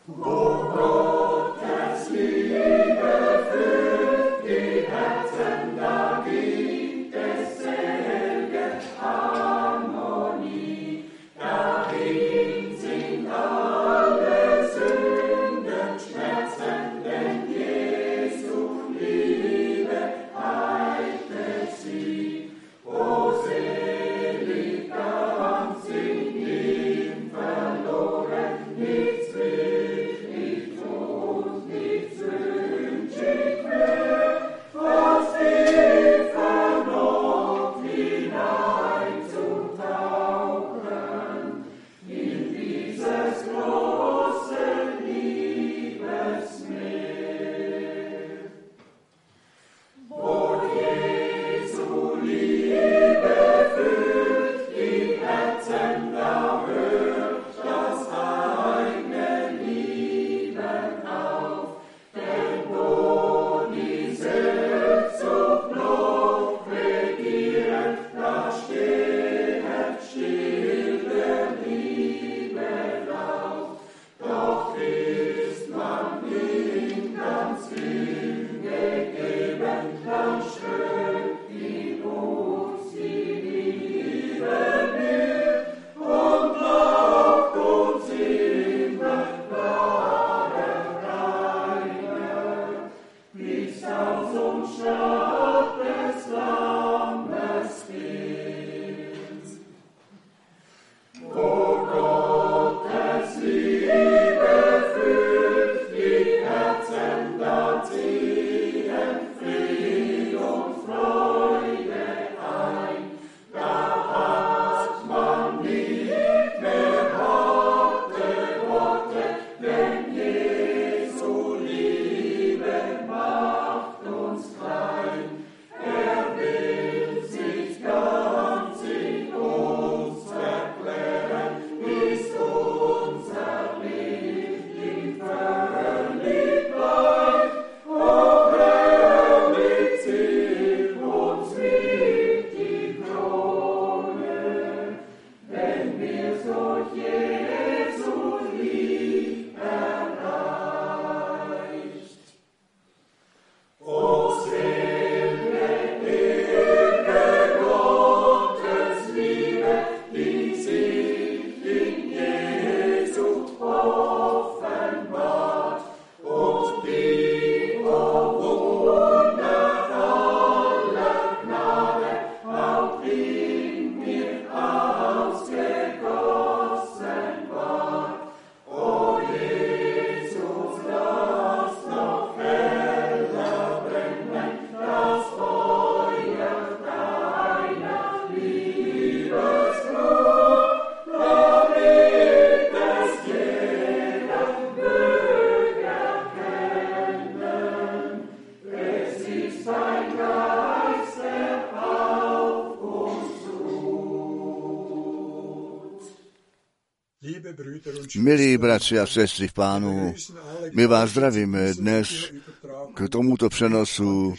Milí bratři a sestry v Pánu, my vás zdravíme dnes k tomuto přenosu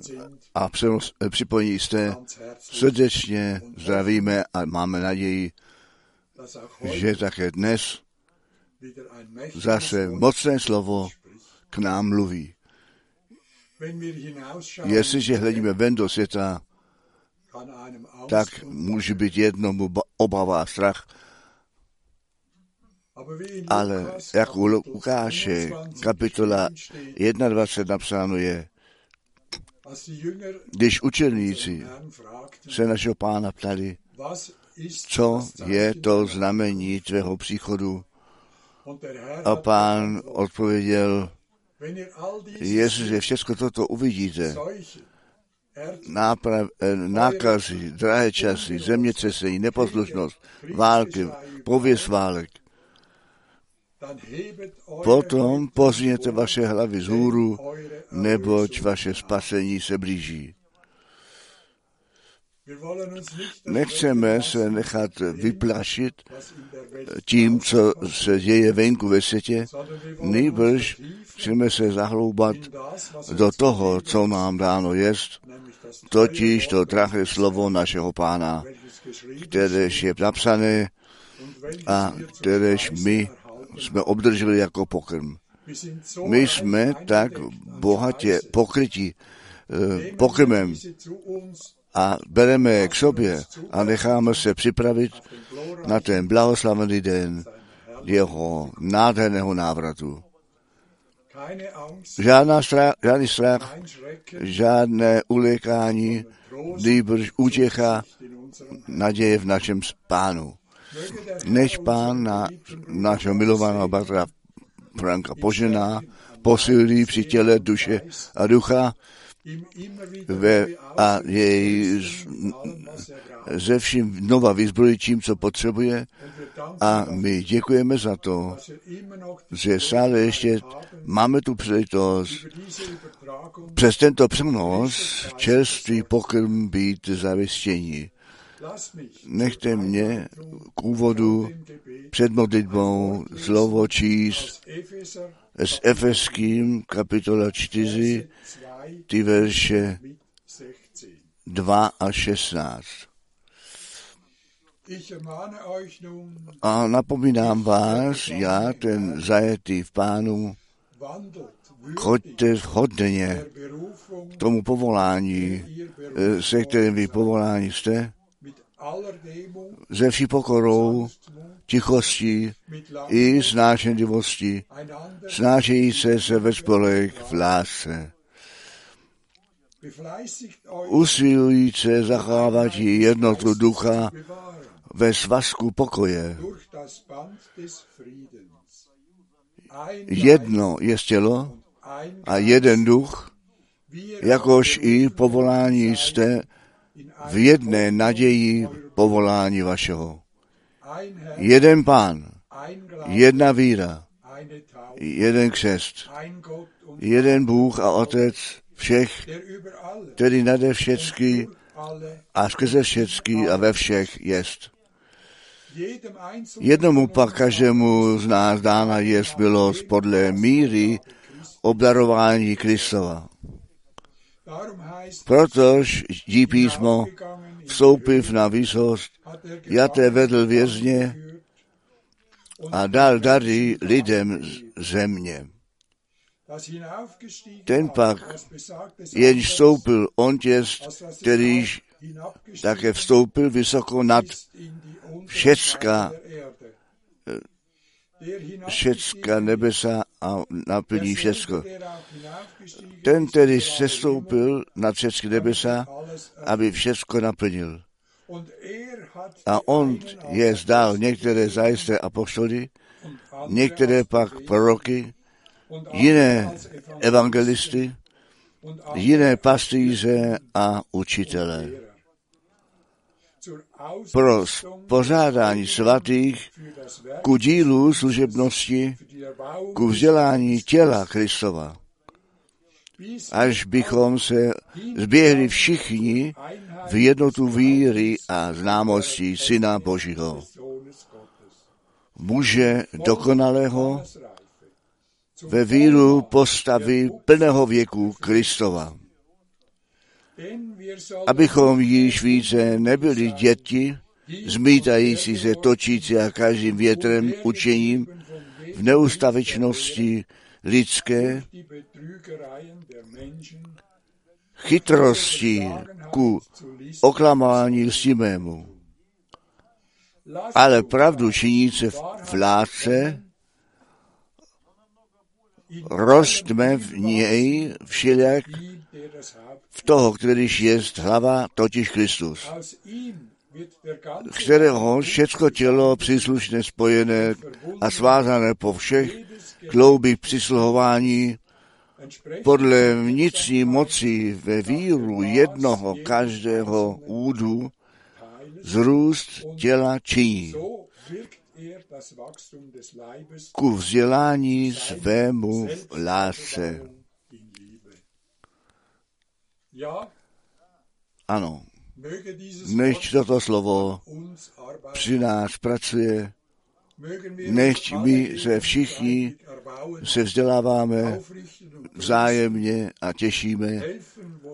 a připojení jste. Srdečně zdravíme a máme naději, že také dnes zase mocné slovo k nám mluví. Jestliže hledíme ven do světa, tak může být jednomu obava a strach, ale jak u Lukáše kapitola 21 napsáno je, když učedníci se našeho Pána ptali, co je to znamení tvého příchodu, a Pán odpověděl, jestliže všechno toto uvidíte, nákazy, drahé časy, zemětřesení, neposlušnost, války, pověst válek, potom pozvěte vaše hlavy vzhůru, neboť vaše spasení se blíží. Nechceme se nechat vyplašit tím, co se děje venku ve světě, nýbrž chceme se zahloubat do toho, co nám dáno jest, totiž to drahé slovo našeho Pána, kteréž je napsané a kteréž my jsme obdrželi jako pokrm. My jsme tak bohatě pokryti pokrmem a bereme je k sobě a necháme se připravit na ten blahoslavený den jeho nádherného návratu. Žádný strach, žádné ulékání, nýbrž útěcha, naděje v našem Pánu. Než Pán našeho milovaného bratra Franka požená, posilí při těle, duše a ducha a jej ze vším znova vyzbrojí tím, co potřebuje. A my děkujeme za to, že stále ještě máme tu příležitost přes tento přenos čerstvý pokrm být zajištění. Nechte mě k úvodu před modlitbou slovo číst s Efeským kapitola 4, ty verše 2 a 16. A napomínám vás, já, ten zajetý v Pánu, choďte hodně k tomu povolání, se kterým vy povolání jste, ze vší pokorou, tichostí i snášenlivostí, snášející se ve spolek v lásce. Usilujíce zachovávat jednotu ducha ve svazku pokoje. Jedno je tělo a jeden duch, jakož i povolání jste v jedné naději povolání vašeho. Jeden Pán, jedna víra, jeden křest, jeden Bůh a Otec všech, který nade všecky a skrze všecky a ve všech jest. Jednomu pak každému z nás dána jest milost podle míry obdarování Kristova. Protož dí písmo, vstoupiv na výsost, jaté vedl vězně a dal dary lidem země. Ten pak, jenž vstoupil, on jest, kterýž také vstoupil vysoko nad všecka nebesa a naplní všecko. Ten tedy sestoupil nad všecky nebesa, aby všecko naplnil. A on je zdal některé zajisté apoštoly, některé pak proroky, jiné evangelisty, jiné pastýře a učitele. Pro pořádání svatých ku dílu služebnosti, ku vzdělání těla Kristova, až bychom se zběhli všichni v jednotu víry a známosti Syna Božího, muže dokonalého, ve víru postavy plného věku Kristova. Abychom již více nebyli děti, zmítající se točící a každým větrem učením v neustavečnosti lidské, chytrosti ku oklamání lstivému, ale pravdu činíce v lásce, rostme v něj všelijak v toho, kterýž jest hlava, totiž Kristus, kterého všecko tělo příslušně spojené a svázané po všech kloubích přisluhování podle vnitřní moci ve víru jednoho každého údu zrůst těla činí ku vzdělání svému v lásce. Ano, nechť toto slovo při nás pracuje, nechť my se všichni se vzděláváme vzájemně a těšíme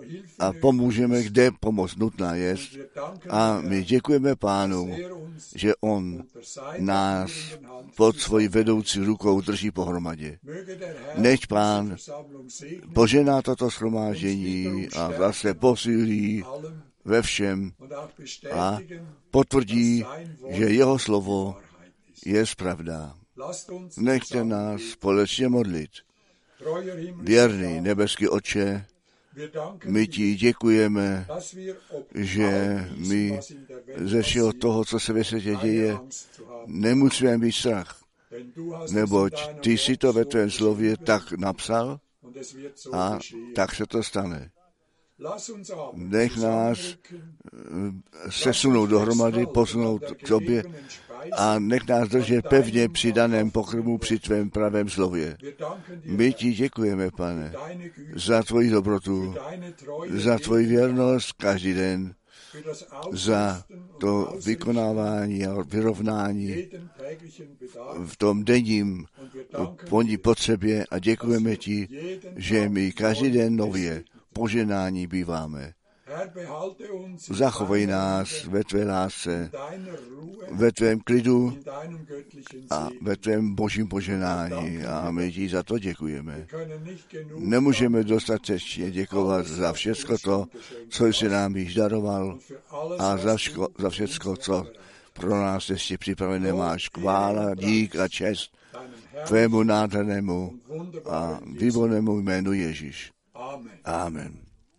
a pomůžeme, kde pomoc nutná je. A my děkujeme Pánu, že on nás pod svojí vedoucí rukou drží pohromadě. Nechť Pán požená toto shromáždění a zase posílí ve všem a potvrdí, že jeho slovo je pravda. Nechte nás společně modlit. Věrný nebeský Otče, my ti děkujeme, že my ze všeho toho, co se ve světě děje, nemusíme mít strach, neboť ty si to ve tvém slově tak napsal a tak se to stane. Nech nás sesunout dohromady, posunout k sobě a nech nás držet pevně při daném pokrmu, při tvém pravém slově. My ti děkujeme, Pane, za tvoji dobrotu, za tvoji věrnost každý den, za to vykonávání a vyrovnání v tom denním potřebě a děkujeme ti, že my každý den nově poženání býváme. Zachovej nás ve tvé lásce, ve tvém klidu a ve tvém božím poženání a my ti za to děkujeme. Nemůžeme dostatečně děkovat za všecko to, co jsi nám již daroval a za všecko, co pro nás ještě připravené máš. Chvála, dík a čest tvému nádhernému a výbornému jménu Ježíš. Amen.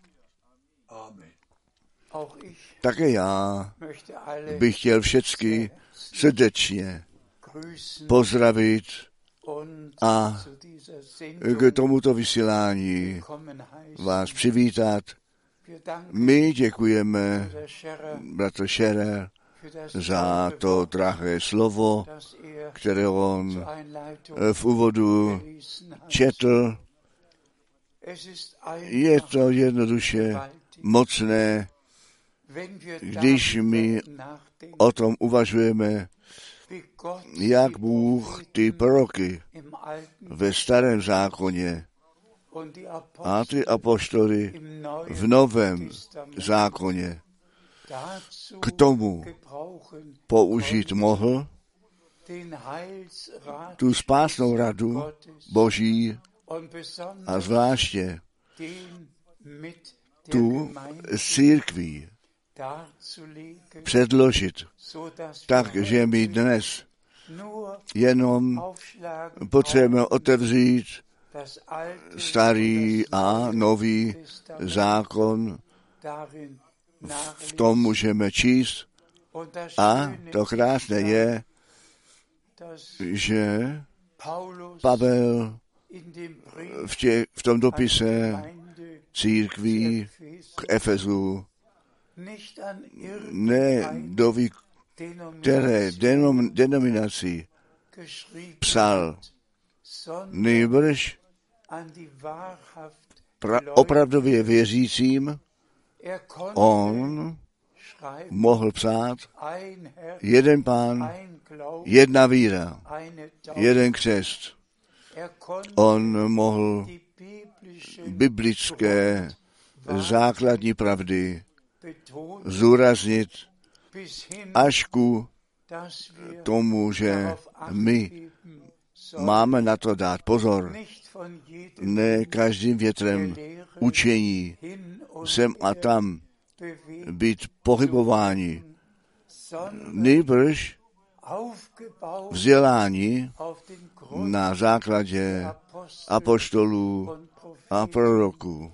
Také já bych chtěl všechny srdečně pozdravit a k tomuto vysílání vás přivítat. My děkujeme, bratr Scherer, za to drahé slovo, které on v úvodu četl. Je to jednoduše mocné, když my o tom uvažujeme, jak Bůh ty proroky ve starém zákoně a ty apoštoly v novém zákoně k tomu použít mohl, tu spásnou radu Boží a zvláště tu církví předložit, takže my dnes jenom potřebujeme otevřít starý a nový zákon, v tom můžeme číst a to krásné je, že Pavel v tom dopise církví k Efezu ne do které denominací psal, nýbrž opravdově věřícím on mohl psát jeden Pán, jedna víra, jeden křest. On mohl biblické základní pravdy zúraznit až ku tomu, že my máme na to dát pozor. Ne každým větrem učení sem a tam být pohybováni, nýbrž vzdělání na základě apoštolů a proroků,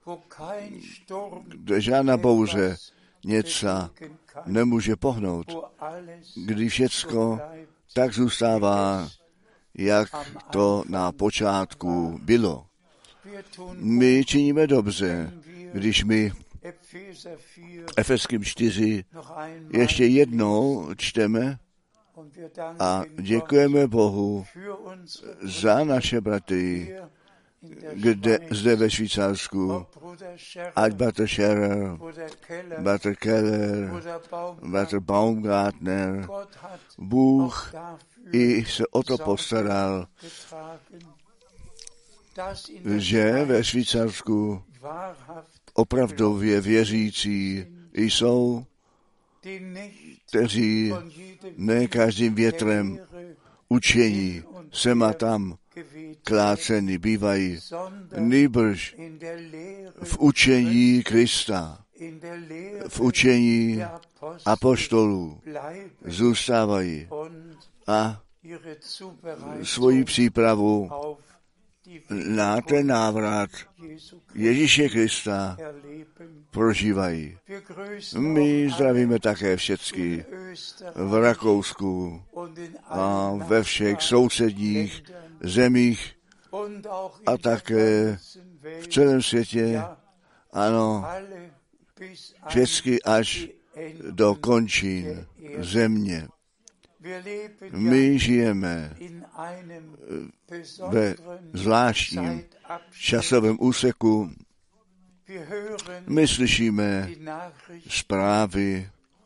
kde žádná bouře něco nemůže pohnout, když všecko tak zůstává, jak to na počátku bylo. My činíme dobře, když my Efeským 4 ještě jednou čteme a děkujeme Bohu za naše bratry, zde ve Švýcarsku, ať bratr Scherer, bratr Keller, bratr Baumgartner, Bůh i se o to postaral, že ve Švýcarsku opravdově věřící jsou, kteří ne každým větrem učení sem a tam kláceni bývají, nýbrž v učení Krista, v učení apoštolů zůstávají a svoji přípravu na ten návrat Ježíše Krista prožívají. My zdravíme také všechny v Rakousku a ve všech sousedních zemích a také v celém světě, ano, všechny až do končin země. My žijeme ve zvláštním časovém úseku. My slyšíme zprávy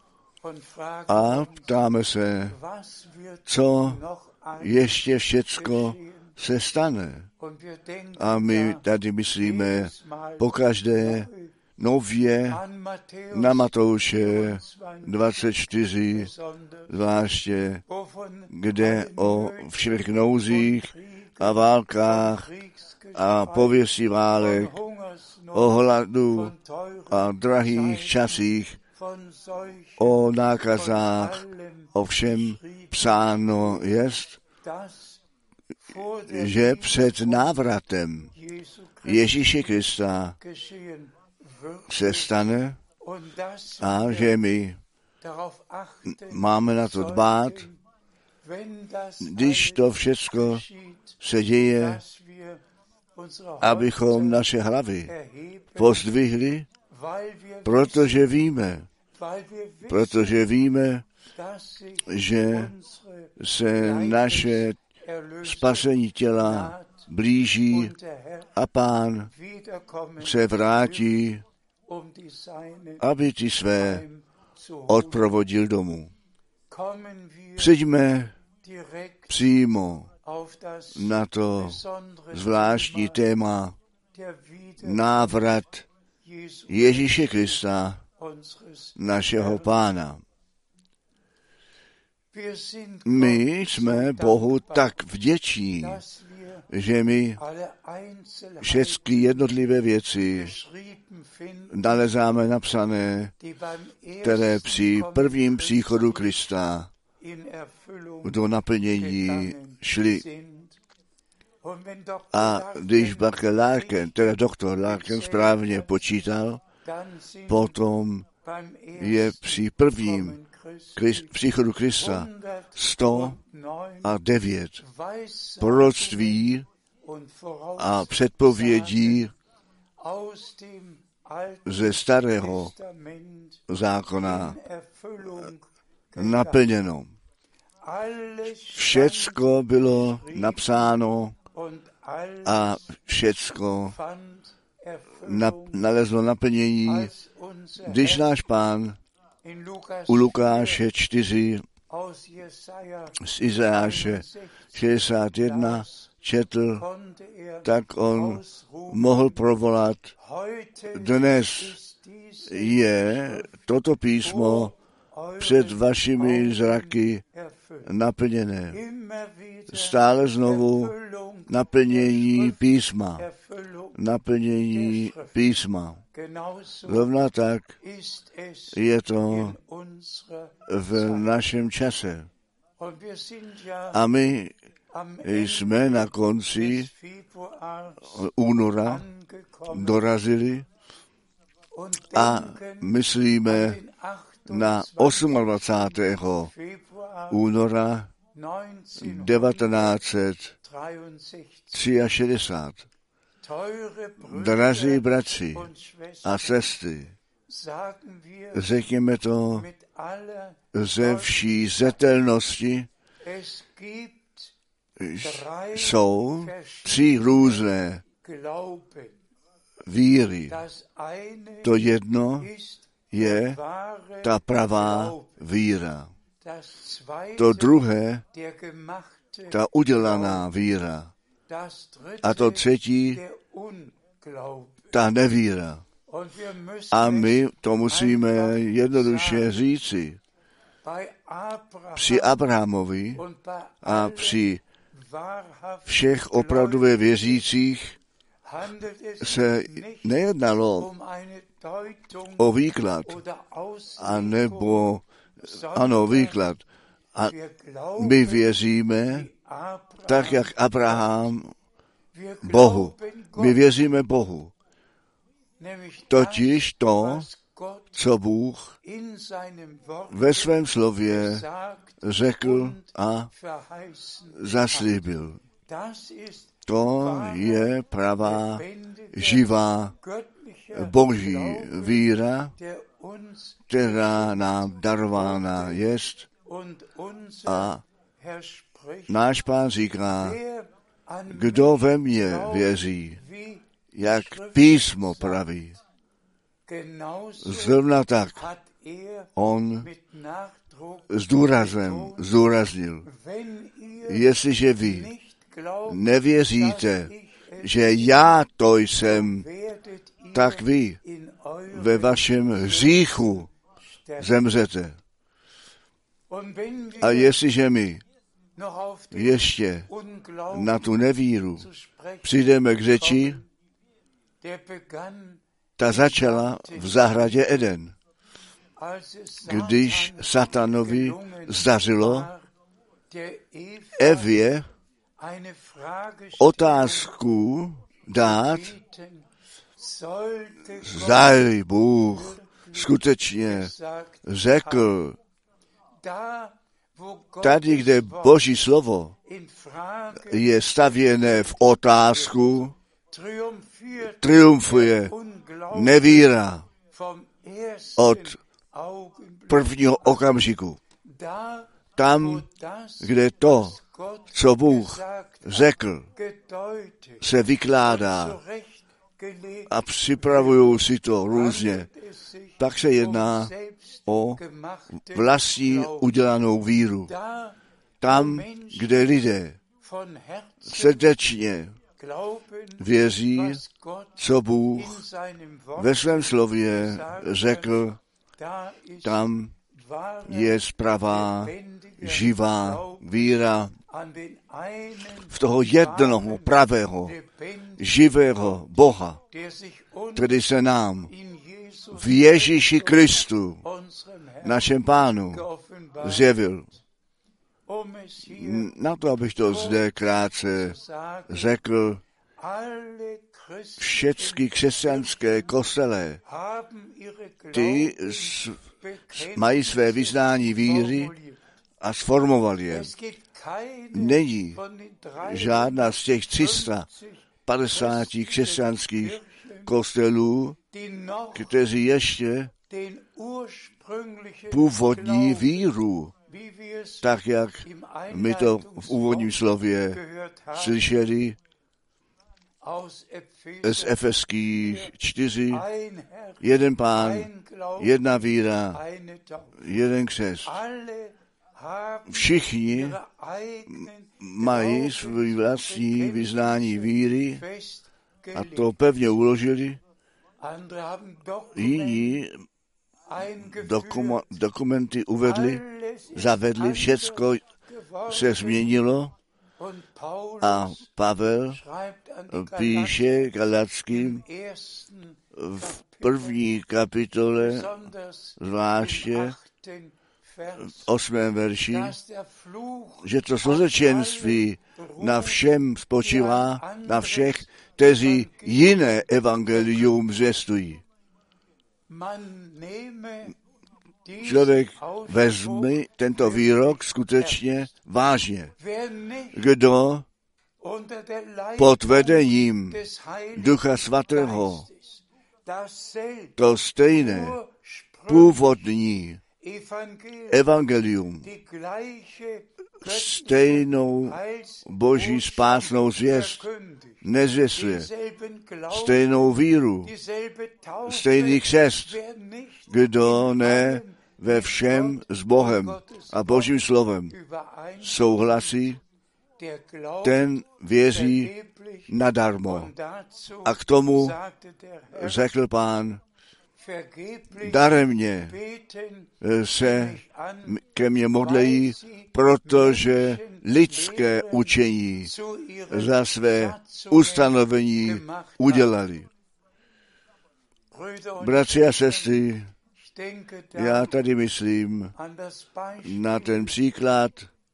a ptáme se, co ještě všecko se stane. A my tady myslíme pokaždé nově na Matouše 24, zvláště, kde o všech nouzích a válkách a pověstí válek, o hladu a drahých časích, o nákazách, o všem psáno jest, že před návratem Ježíše Krista se stane a že my máme na to dbát, když to všecko se děje, abychom naše hlavy pozdvihli, protože víme, že se naše spasení těla blíží a Pán se vrátí, aby ty své odprovodil domů. Přijďme přímo na to zvláštní téma návrat Ježíše Krista, našeho Pána. My jsme Bohu tak vděční, že my všechny jednotlivé věci nalezáme napsané, které při prvním příchodu Krista do naplnění šly. A když doktor Larken správně počítal, potom je při prvním příchodu Krista 109 proroctví a předpovědí ze starého zákona naplněno. Všecko bylo napsáno a všecko nalezlo naplnění, když náš Pán u Lukáše 4 z Izajáše 61 četl, tak on mohl provolat: dnes je toto písmo před vašimi zraky naplněné. Stále znovu naplnění písma. Naplnění písma. Rovna tak je to v našem čase. A my jsme na konci února dorazili a myslíme na 28. února 1963. Drazí bratři a sestry, řekněme to ze vší zřetelnosti, jsou 3 různé víry. To jedno je ta pravá víra. To druhé, ta udělaná víra. A to třetí, ta nevíra. A my to musíme jednoduše říci. Při Abrahamovi a při všech opravdově věřících se nejednalo o výklad, anebo ano, výklad. A my věříme, tak jak Abraham, Bohu. My věříme Bohu. Totiž to, co Bůh ve svém slově řekl a zaslíbil. To je pravá, živá, boží víra, která nám darována jest. A náš Pán říká, kdo ve mně věří, jak písmo praví. Zrovna tak on s důrazem zdůraznil, jestliže vy nevěříte, že já to jsem, tak vy ve vašem hříchu zemřete. A jestliže my ještě na tu nevíru přijdeme k řeči, ta začala v zahradě Eden, když satanovi zdařilo Evě otázku dát, zdali Bůh skutečně řekl, tady, kde Boží slovo je stavěné v otázku, triumfuje nevíra od prvního okamžiku. Tam, kde to, co Bůh řekl, se vykládá a připravují si to různě, tak se jedná o vlastní udělanou víru. Tam, kde lidé srdečně věří, co Bůh ve svém slově řekl, tam je pravá, živá víra v toho jednoho pravého, živého Boha, který se nám v Ježíši Kristu, našem Pánu, zjevil. Na to, abych to zde krátce řekl, všechny křesťanské kostele, ty mají své vyznání víry a sformovali je. Není žádná z těch 350 křesťanských kostelů, kteří ještě původní víru, tak jak my to v úvodním slově slyšeli z Efeských 4, jeden Pán, jedna víra, jeden křest. Všichni mají svůj vlastní vyznání víry a to pevně uložili. Jiní dokumenty uvedli, zavedli, všecko se změnilo a Pavel píše Galatským v první kapitole, zvláště v 8. verši, že to zlozečenství na všem spočívá, na všech, kteří jiné evangelium zvěstují. Člověk vezme tento výrok skutečně vážně. Kdo pod vedením Ducha Svatého to stejné původní evangelium, stejnou Boží spásnou zvěst nezvěstuje, stejnou víru, stejný křest, kdo ne ve všem s Bohem a Božím slovem souhlasí, ten věří nadarmo. A k tomu řekl Pán, daremně se ke mně modlejí, protože lidské učení za své ustanovení udělali. Bratři a sestry, já tady myslím na ten příklad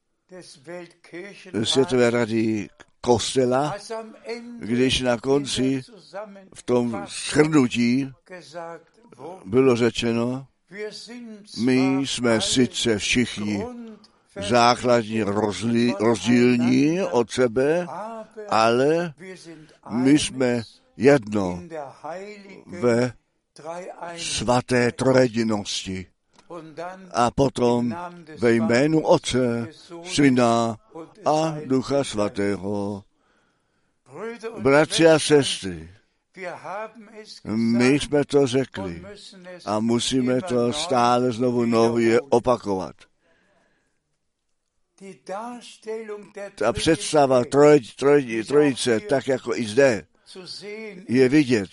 Světové rady kostela, když na konci v tom shrnutí bylo řečeno, my jsme sice všichni základní rozdílní od sebe, ale my jsme jedno ve svaté trojedinosti. A potom ve jménu Otce, Syna a Ducha Svatého. Bratři a sestry, my jsme to řekli a musíme to stále znovu nově opakovat. Ta představa trojice, tak jako i zde, je vidět,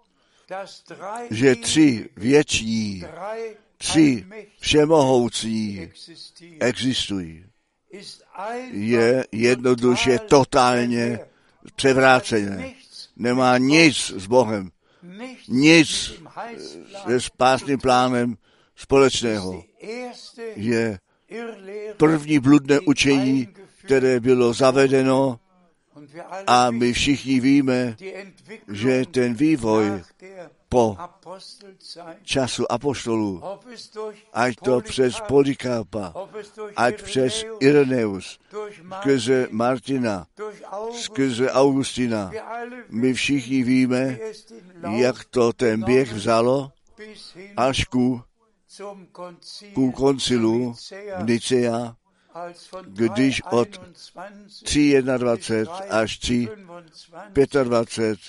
že tři věční, tři všemohoucí existují. Je jednoduše totálně převrácené. Nemá nic s Bohem, nic se spásným plánem společného. Je první bludné učení, které bylo zavedeno, a my všichni víme, že ten vývoj po času apoštolů, ať to přes Polykarpa, ať přes Ireneus, skrze Martina, skrze Augustina, my všichni víme, jak to ten běh vzalo až ku koncilu v Nicea, když od 3.21 až 3.25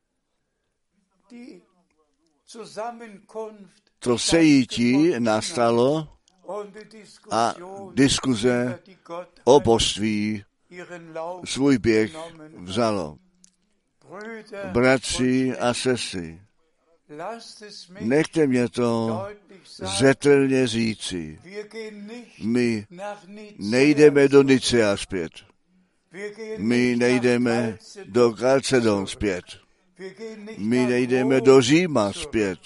to sejítí nastalo a diskuze o božství svůj běh vzalo. Bratři a sestry, nechte mě to zetelně říci. My nejdeme do Nicea zpět. My nejdeme do Kalcedon zpět. My nejdeme do Říma zpět.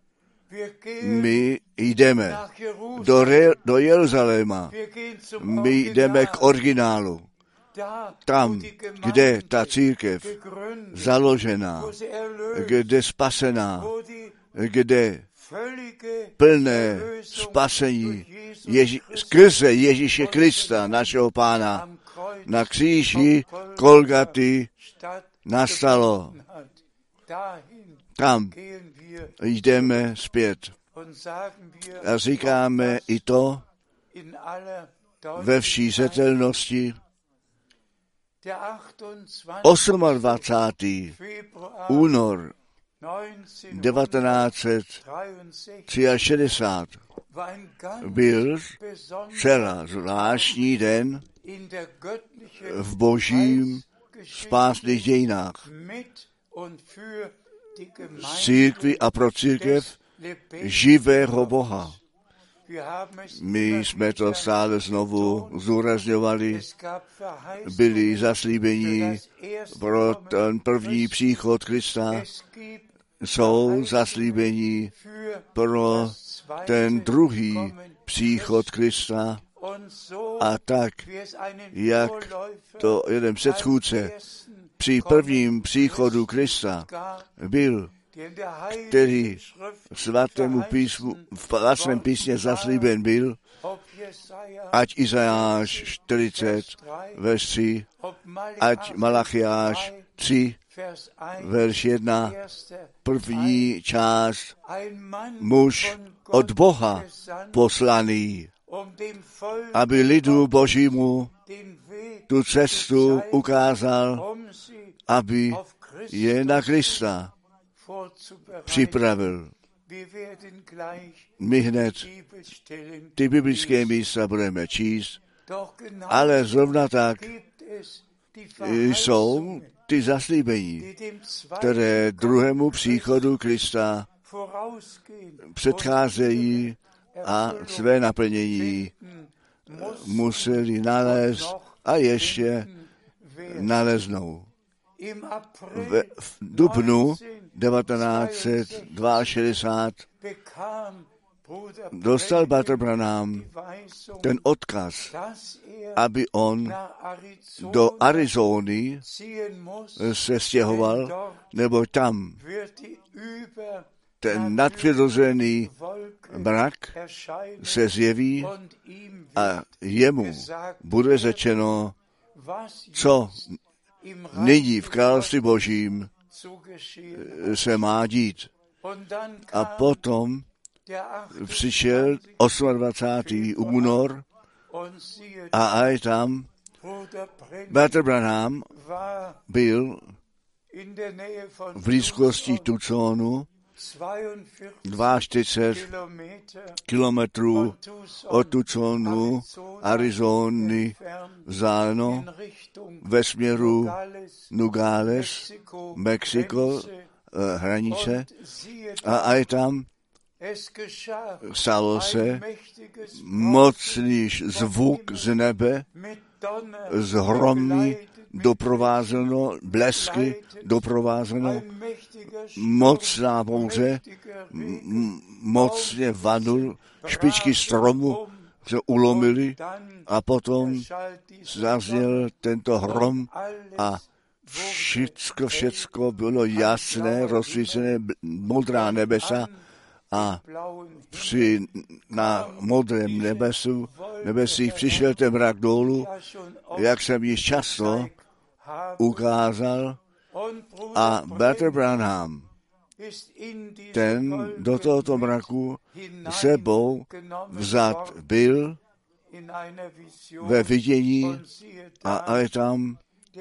My jdeme do Jeruzaléma. My jdeme k originálu. Tam, kde ta církev založená, kde spasená, kde plné spasení skrze Ježíše Krista, našeho Pána, na kříži Golgaty nastalo. Tam jdeme zpět. A říkáme i to ve vší zetelnosti. 28. únor 1963 byl zcela zvláštní den v božím spásných dějinách. Z církvi a pro církev živého Boha. My jsme to stále znovu zdůrazňovali, byli zaslíbení pro ten první příchod Krista, jsou zaslíbení pro ten druhý příchod Krista, a tak, jak to jeden předchůdce při prvním příchodu Krista byl, který svatému písmu, v vlastním písmě zaslíben byl, ať Izajáš 40, verš 3, ať Malachiáš 3, verš 1, první část, muž od Boha poslaný, aby lidu Božímu tu cestu ukázal, aby je na Krista připravil. My hned ty biblické místa budeme číst, ale zrovna tak jsou ty zaslíbení, které druhému příchodu Krista předcházejí a své naplnění museli nalézt a ještě naleznou. V dubnu 1962 dostal Bratr Branham ten odkaz, aby on do Arizony se stěhoval, nebo tam ten nadpřirozený mrak se zjeví a jemu bude řečeno, co nyní v království Božím se má dít. A potom přišel 28. únor a aj tam Bratr Branham byl v blízkosti Tucsonu 42 kilometrů od Tucsonu, Arizony, vzdáleno ve směru Nogales, Mexiko, hranice, a aj tam stalo se mocný zvuk z nebe, z hromy doprovázeno, blesky doprovázeno, mocná bouře, mocně vanul, špičky stromu se ulomily a potom zazněl tento hrom a všecko bylo jasné, rozsvícené, modrá nebesa a na modrém nebesích přišel ten mrak dolů, jak jsem již často ukázal, a Bratr Branham ten do tohoto mraku sebou vzat byl ve vidění a je tam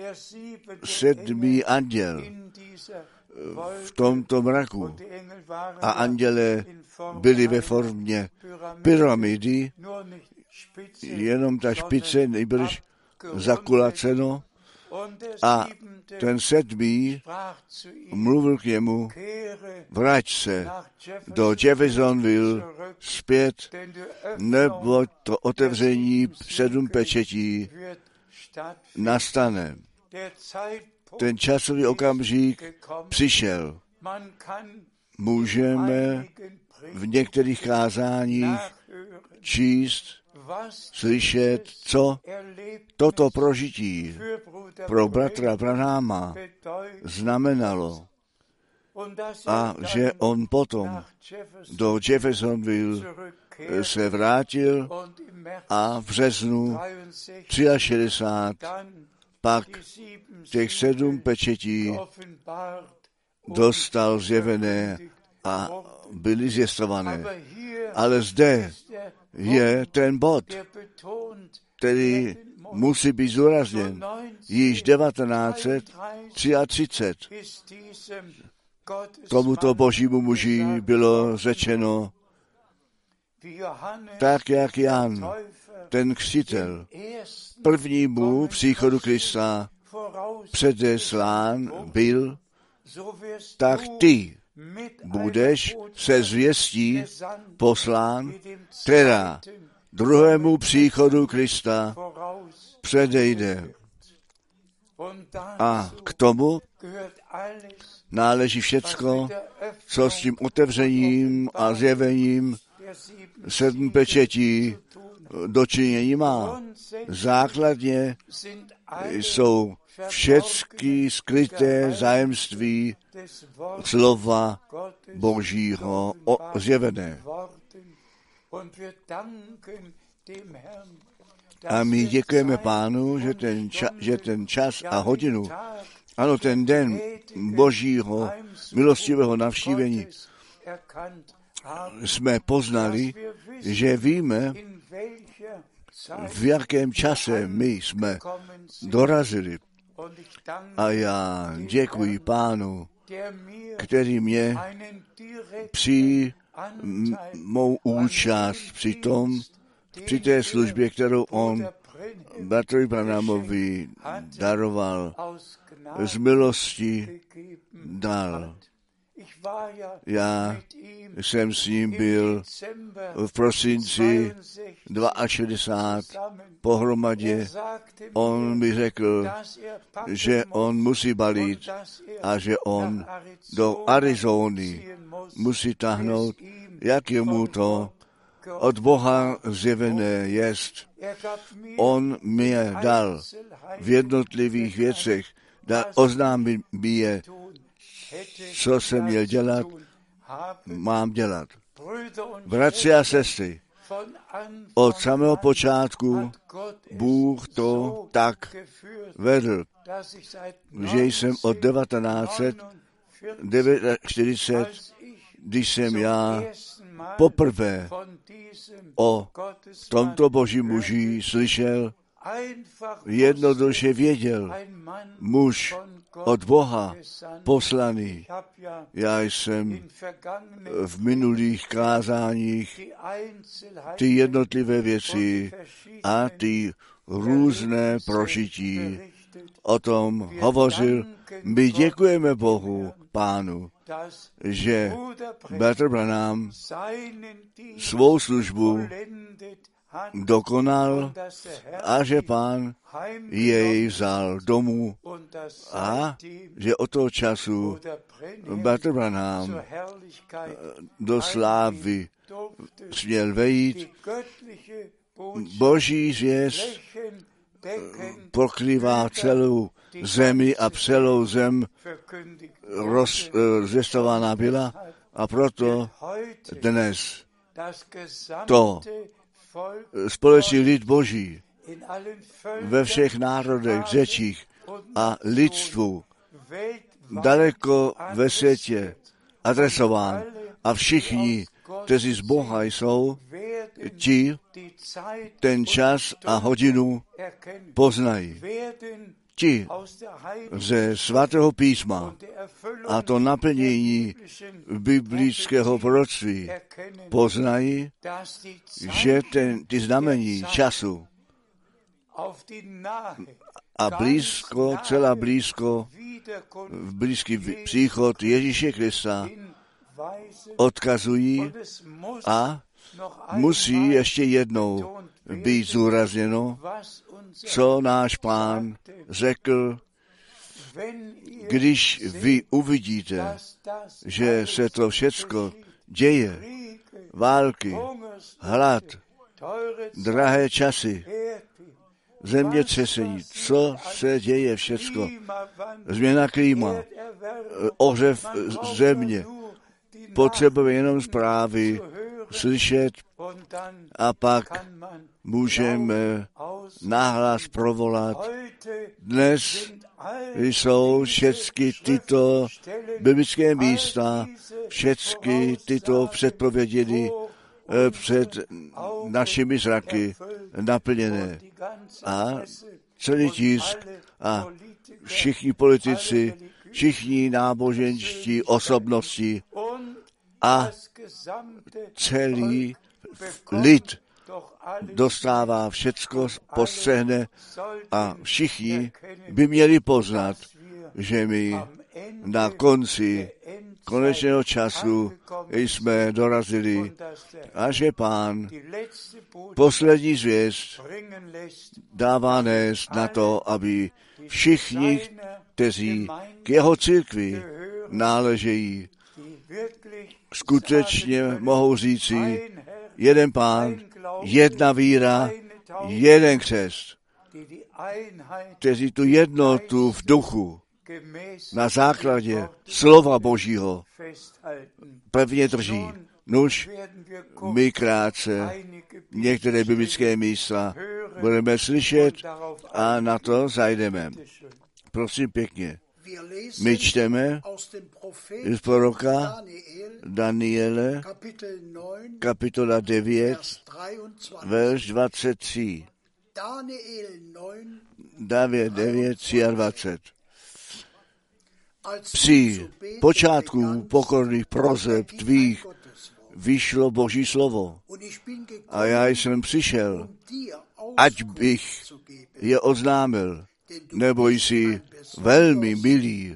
7. anděl v tomto mraku. A anděle byli ve formě pyramidy, jenom ta špice nejbrž zakulaceno, a ten 7. mluvil k němu, vrať se do Jeffersonville zpět, nebo to otevření 7 pečetí nastane. Ten časový okamžik přišel. Můžeme v některých kázáních číst, slyšet, co toto prožití pro bratra Branhama znamenalo. A že on potom do Jeffersonville se vrátil a v březnu 63 pak těch 7 pečetí dostal zjevené a byly zjistované. Ale zde je ten bod, který musí být zdůrazněn. Již 1933 tomuto božímu muži bylo řečeno, tak jak Jan, ten křtitel, prvnímu příchodu Krista předeslán byl, tak ty budeš se zvěstí poslán, která druhému příchodu Krista předejde. A k tomu náleží všecko, co s tím otevřením a zjevením 7 pečetí dočinění má. Základně jsou všechny skryté zájemství slova Božího zjevené. A my děkujeme Pánu, že ten čas a hodinu, ano, ten den Božího milostivého navštívení jsme poznali, že víme, v jakém čase my jsme dorazili. A já děkuji Pánu, který mě při mou účast při té službě, kterou on bratrovi Branhamovi daroval z milosti dal. Já jsem s ním byl v prosinci 62 pohromadě. On mi řekl, že on musí balit a že on do Arizony musí tahnout, jak jemu to od Boha zjevené jest. On mi je dal v jednotlivých věcech, oznámil mi je, co jsem měl dělat, mám dělat. Bratři a sestry, od samého počátku Bůh to tak vedl, že jsem od 1949, když jsem já poprvé o tomto božím muži slyšel, jednoduše věděl, muž od Boha poslaný. Já jsem v minulých kázáních ty jednotlivé věci a ty různé prožití o tom hovořil. My děkujeme Bohu, Pánu, že bratr Branham svou službu dokonal a že Pán jej vzal domů a že od toho času bratr Branham do slávy směl vejít. Boží zvěst pokrývá celou zemi a celou zem zvěstována byla a proto dnes to společný lid Boží ve všech národech, řečích a lidstvu daleko ve světě adresován a všichni, kteří z Boha jsou, ti ten čas a hodinu poznají. Ti ze svatého písma a to naplnění biblického proroctví poznají, že ty znamení času a blízko, celá blízko, blízký příchod Ježíše Krista odkazují a musí ještě jednou být zúrazněno, co náš Pán řekl, když vy uvidíte, že se to všecko děje, války, hlad, drahé časy, zemětřesení, co se děje všecko, změna klíma, ohřev země, potřebujeme jenom zprávy slyšet a pak můžeme nahlas provolat. Dnes jsou všechny tyto biblické místa, všechny tyto předpověděny před našimi zraky naplněné. A celý tisk a všichni politici, všichni náboženští osobnosti a celý lid dostává všecko, postřehne a všichni by měli poznat, že my na konci konečného času jsme dorazili a že Pán poslední zvěst dává nést na to, aby všichni, kteří k jeho církvi náležejí, skutečně mohou říci, jeden Pán, jedna víra, jeden křest, kteří tu jednotu v duchu na základě slova Božího pevně drží. Nuž, my krátce některé biblické místa budeme slyšet a na to zajdeme. Prosím pěkně. My čteme z proroka Daniele, kapitola 9, verš 23. Daniel 9, 23. Při počátku pokorných prozeb tvých vyšlo Boží slovo. A já jsem přišel, ať bych je oznámil, nebo jsi velmi milý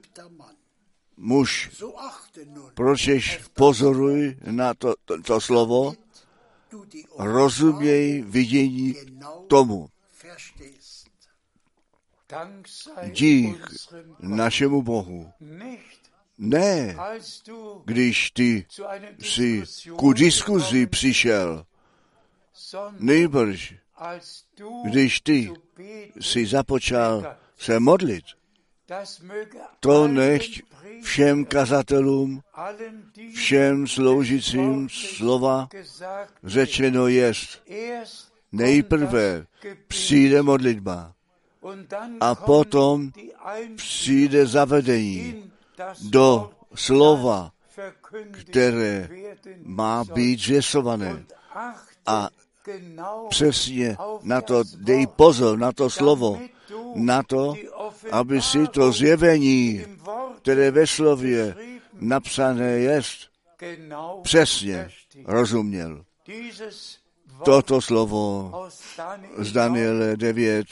muž. Pročež pozoruj na to slovo, rozuměj vidění tomu. Dík našemu Bohu. Ne, když ty jsi ku diskuzi přišel, nejbrž, když ty jsi započal se modlit, to nechť všem kazatelům, všem sloužícím slova řečeno jest. Nejprve přijde modlitba a potom přijde zavedení do slova, které má být zvěstované. A přesně na to dej pozor, na to slovo, na to, aby si to zjevení, které ve slově napsané jest, přesně rozuměl. Toto slovo z Daniele 9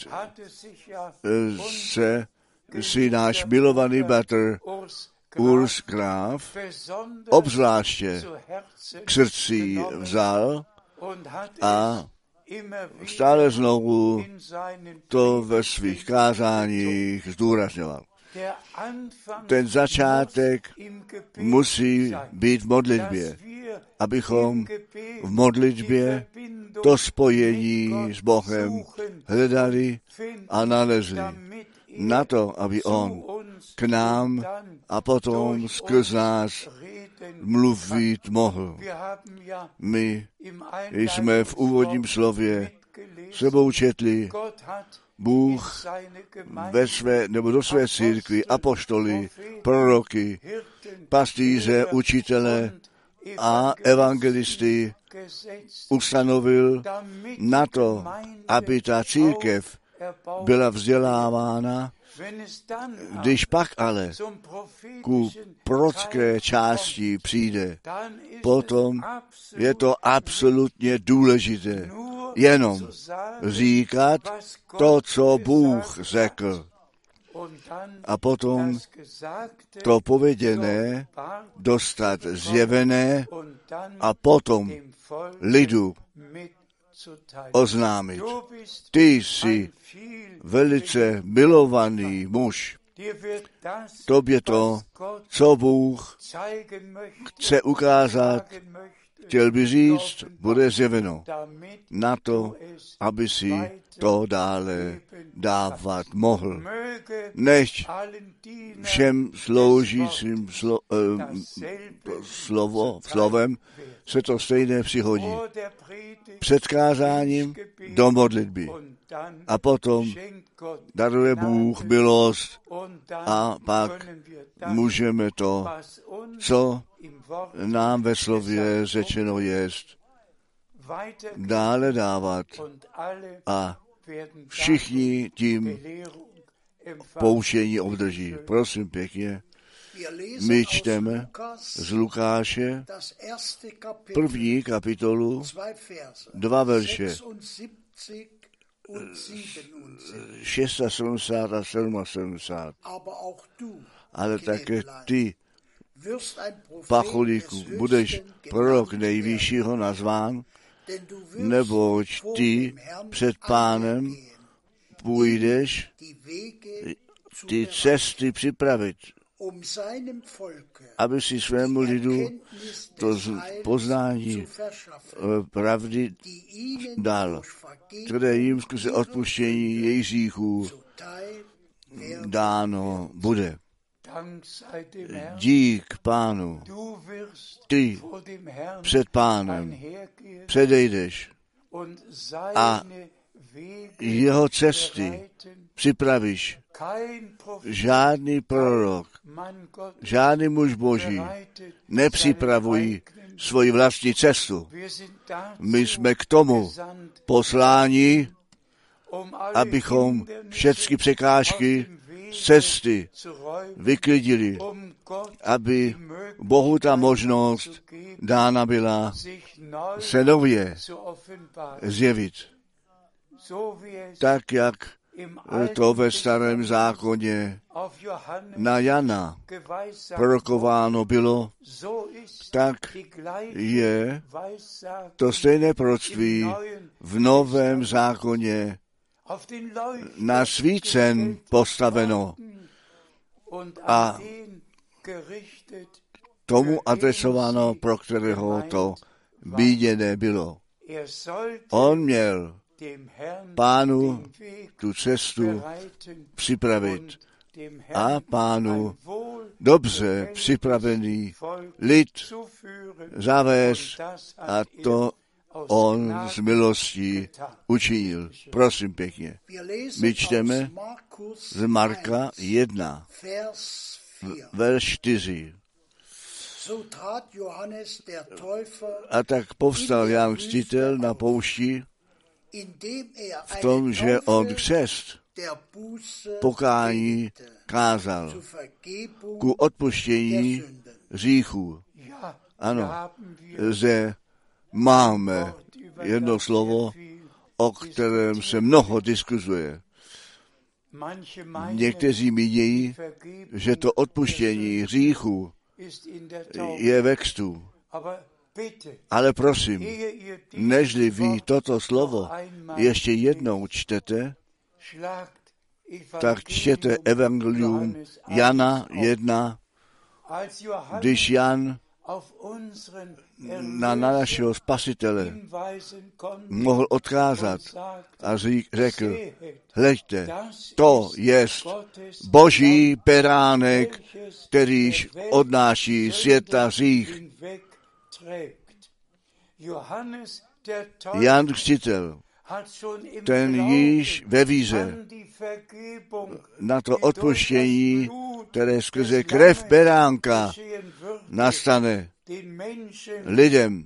si náš milovaný bratr Urs Graf obzvláště k srdci vzal a stále znovu to ve svých kázáních zdůrazňoval. Ten začátek musí být v modlitbě, abychom v modlitbě to spojení s Bohem hledali a nalezli. Na to, aby on k nám a potom skrz nás mluvit mohl. My jsme v úvodním slově sebou četli, Bůh do své církvi, apoštoly, proroky, pastýře, učitele a evangelisty ustanovil na to, aby ta církev byla vzdělávána, když pak ale ku prorocké části přijde, potom je to absolutně důležité jenom říkat to, co Bůh řekl. A potom to pověděné dostat zjevené a potom lidu oznámit. Ty jsi velice milovaný muž. Tobě to, co Bůh chce ukázat, chtěl by říct, bude zjeveno na to, aby si to dále dávat mohl. Nechť všem sloužícím slovem se to stejné přihodí. Před kázáním do modlitby. A potom daruje Bůh milost a pak můžeme to, co nám ve slově řečeno jest, dále dávat a všichni tím poučení obdrží. Prosím pěkně, my čteme z Lukáše 1. kapitolu 2 verše 76 a 77. Ale také ty, pacholíku, budeš prorok nejvyššího nazván, neboť ty před Pánem půjdeš ty cesty připravit, aby si svému lidu to poznání pravdy dal, které jim skrze odpuštění jejich hříchů dáno bude. Dík Pánu, ty před Pánem předejdeš a jeho cesty připravíš. Žádný prorok, žádný muž Boží nepřipravují svoji vlastní cestu. My jsme k tomu posláni, abychom všechny překážky z cesty vyklidili, aby Bohu ta možnost dána byla se nově zjevit. Tak, jak to ve starém zákoně na Jana prorokováno bylo, tak je to stejné proroctví v novém zákoně na svícen postaveno a tomu adresováno, pro kterého to bíděné bylo. On měl Pánu tu cestu připravit a Pánu dobře připravený lid zavést a to on z milostí učinil. Prosím pěkně. My čteme z Marka 1, verš 4. A tak povstal Jan Křtitel na poušti v tom, že on křest pokání kázal ku odpuštění hříchů. Ano, zde máme jedno slovo, o kterém se mnoho diskuzuje. Někteří mínějí, že to odpuštění hříchů je ve křtu. Ale prosím, nežli vy toto slovo ještě jednou čtete, tak čtěte Evangelium Jana 1, když Jan na našeho Spasitele mohl odkázat a řekl, hleďte, to jest Boží beránek, kterýž odnáší světa hřích. Jan Křtitel, ten již ve víře na to odpuštění, které skrze krev beránka nastane lidem,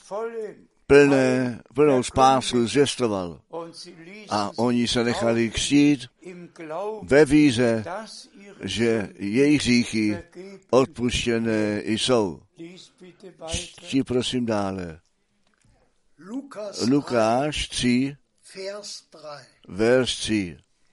plnou spásu zvěstoval. A oni se nechali křtít ve víře, že jejich hříchy odpuštěné jsou. Čti prosím dále. Lukáš 3, verš 3.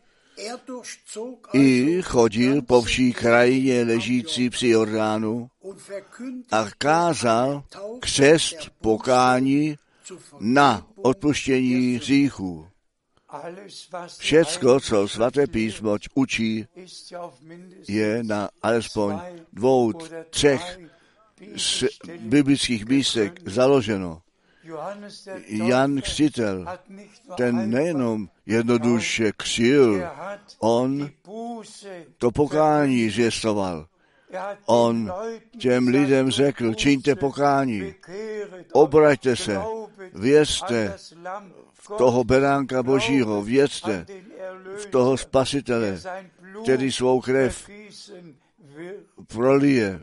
I chodil po vší krajině ležící při Jordánu a kázal křest pokání na odpuštění hříchů. Všecko, co svaté písmo učí, je na alespoň 2, 3 biblických místech založeno. Jan Křtitel, ten nejenom jednoduše křtil, on to pokání zvěstoval. On těm lidem řekl, čiňte pokání, obraťte se, věřte v toho beránka Božího, věřte v toho Spasitele, který svou krev prolije.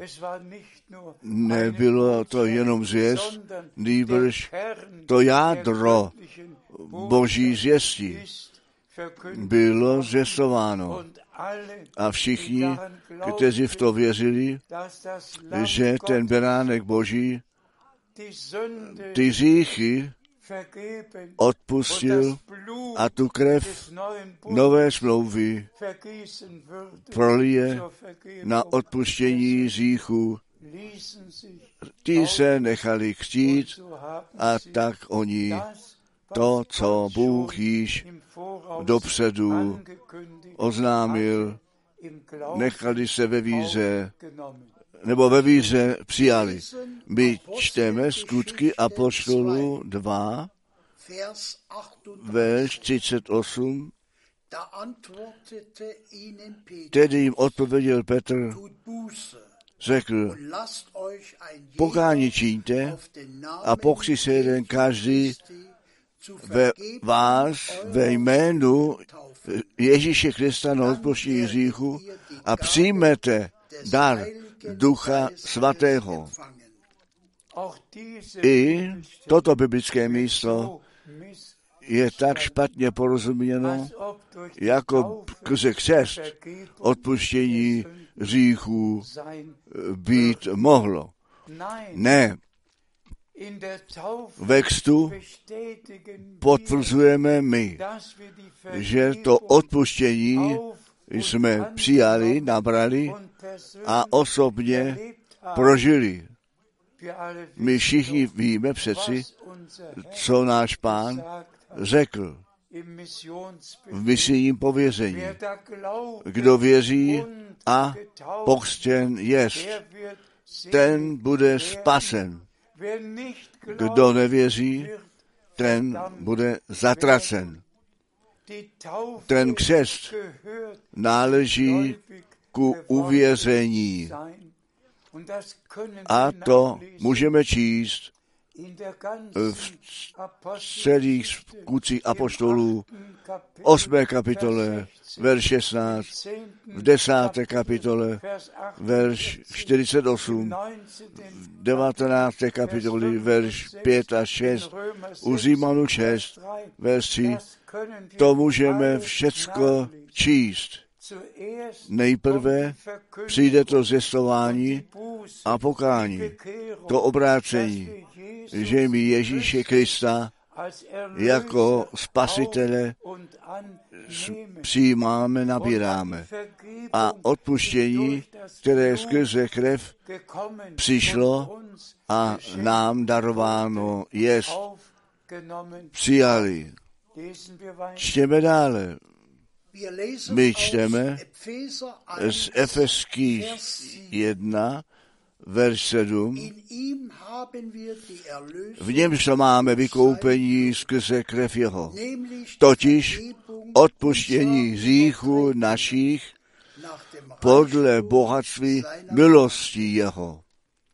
Nebylo to jenom zvěst, nýbrž to jádro Boží zvěstí bylo zvěstováno. A všichni, kteří v to věřili, že ten beránek Boží ty hříchy odpustil a tu krev nové smlouvy prolije na odpuštění hříchů. Ti se nechali křtít a tak oni to, co Bůh již dopředu oznámil, nechali se ve víře, nebo ve víře přijali. My čteme Skutky apoštolů 2, verš 38. Tedy jim odpověděl Petr, řekl, pokání čiňte a pokřti se jeden každý ve vás ve jménu Ježíše Krista na odpuštění hříchu a přijmete dar Ducha Svatého. I toto biblické místo je tak špatně porozuměno, jako skrze křest odpuštění hříchů být mohlo. Ne, ve křtu potvrzujeme my, že to odpuštění jsme přijali, nabrali a osobně prožili. My všichni víme přeci, co náš Pán řekl v misijním pověření. Kdo věří a pokřtěn jest, ten bude spasen. Kdo nevěří, ten bude zatracen. Ten křest náleží ku uvěření. A to můžeme číst v celých skutcích apoštolů, 8. kapitole, verš 16, v 10. kapitole, verš 48, v 19. kapitole, verš 5 a 6, u Římanů 6, verš 3, to můžeme všecko číst. Nejprve přijde to zjistování a pokání, to obrácení, že my Ježíše Krista jako spasitele přijímáme, nabíráme. A odpuštění, které skrze krev přišlo a nám darováno jest, přijali. Čtěme dále. My čteme z Efeských 1, verš 7. V němž máme vykoupení skrze krev jeho, totiž odpuštění hříchů našich podle bohatství milostí jeho.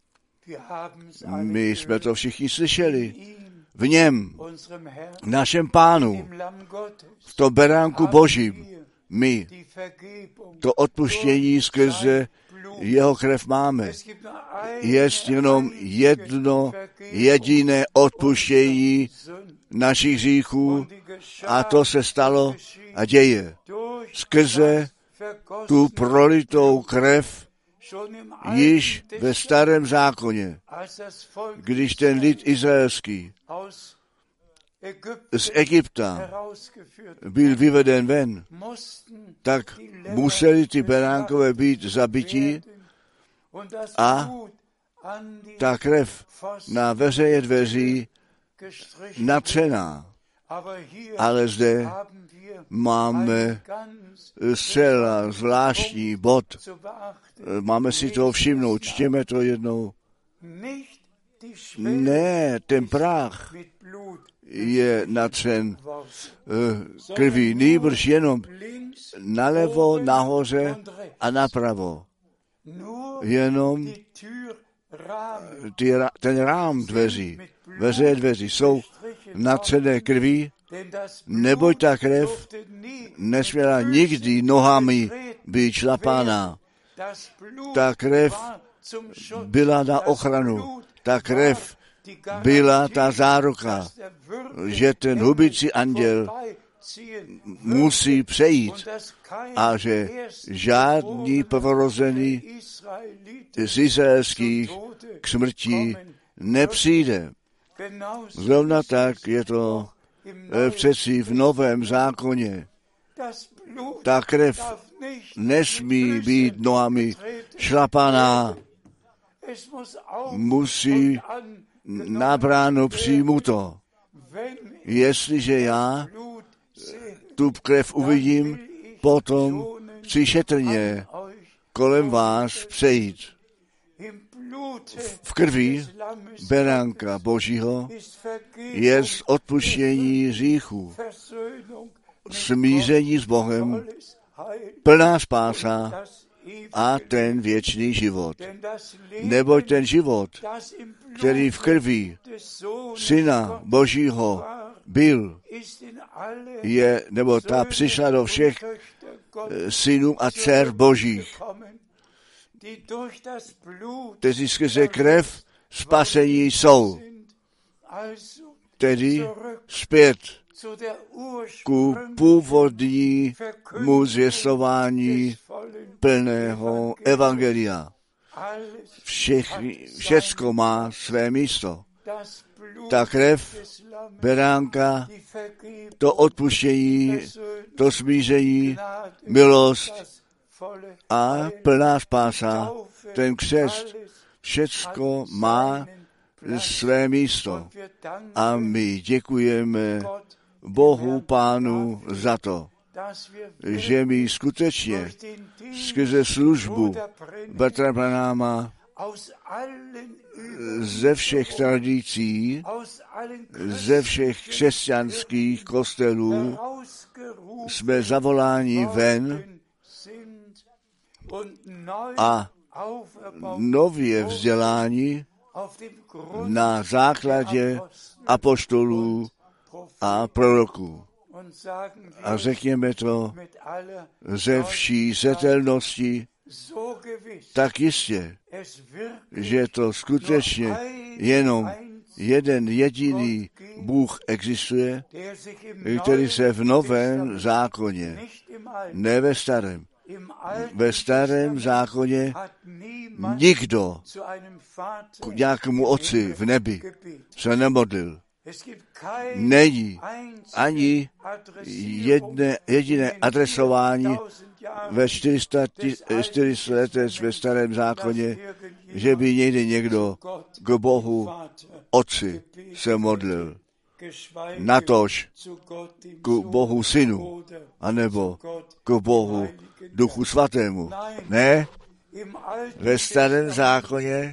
My jsme to všichni slyšeli. V něm, našem Pánu, v tom beránku Božím, my to odpuštění skrze jeho krev máme. Je jenom jedno jediné odpuštění našich hříchů a to se stalo a děje skrze tu prolitou krev již ve starém zákoně, když ten lid izraelský z Egypta byl vyveden ven, tak museli ty beránkové být zabití a ta krev na veřejně dveří natřená. Ale zde máme zcela zvláštní bod. Máme si toho všimnout, čtěme to jednou. Ne, ten práh je natřen krví, nýbrž jenom nalevo, nahoře a napravo. Jenom ten rám dveří, veřejné dveří jsou natřené krví, neboť ta krev nesměla nikdy nohami být šlapána. Ta krev byla na ochranu, ta krev byla ta záruka, že ten hubící anděl musí přejít a že žádný prvorozený z izraelských k smrti nepřijde. Zrovna tak je to přeci v Novém zákoně. Ta krev nesmí být nohami šlapaná, musí nabráno přijmuto. Jestliže já tu krev uvidím, potom chci šetrně kolem vás přejít. V krvi beránka Božího je odpuštění hříchů, smíření s Bohem, plná spása a ten věčný život. Neboť ten život, který v krvi Syna Božího byl, je, nebo ta přišla do všech synů a dcer Božích, kteří skrze krev spasení jsou. Tedy zpět ku původnímu zvěstování plného evangelia. Všecko má své místo. Ta krev beránka, to odpuštění, to smíření, milost a plná spása, ten křest, všecko má své místo. A my děkujeme Bohu Pánu za to, že my skutečně skrze službu Bratra Branhama ze všech tradicí, ze všech křesťanských kostelů jsme zavoláni ven a nově vzděláni na základě apoštolů a proroků. A řekněme to ze vší zřetelnosti, tak jistě, že to skutečně jenom jeden jediný Bůh existuje, který se v Novém zákoně, ne ve Starém, ve Starém zákoně nikdo k nějakému otci v nebi se nemodlil. Není ani jediné adresování ve 400 letech ve Starém zákoně, že by někdo k Bohu Otci se modlil. Natož k Bohu Synu, anebo k Bohu Duchu Svatému. Ne, ve Starém zákoně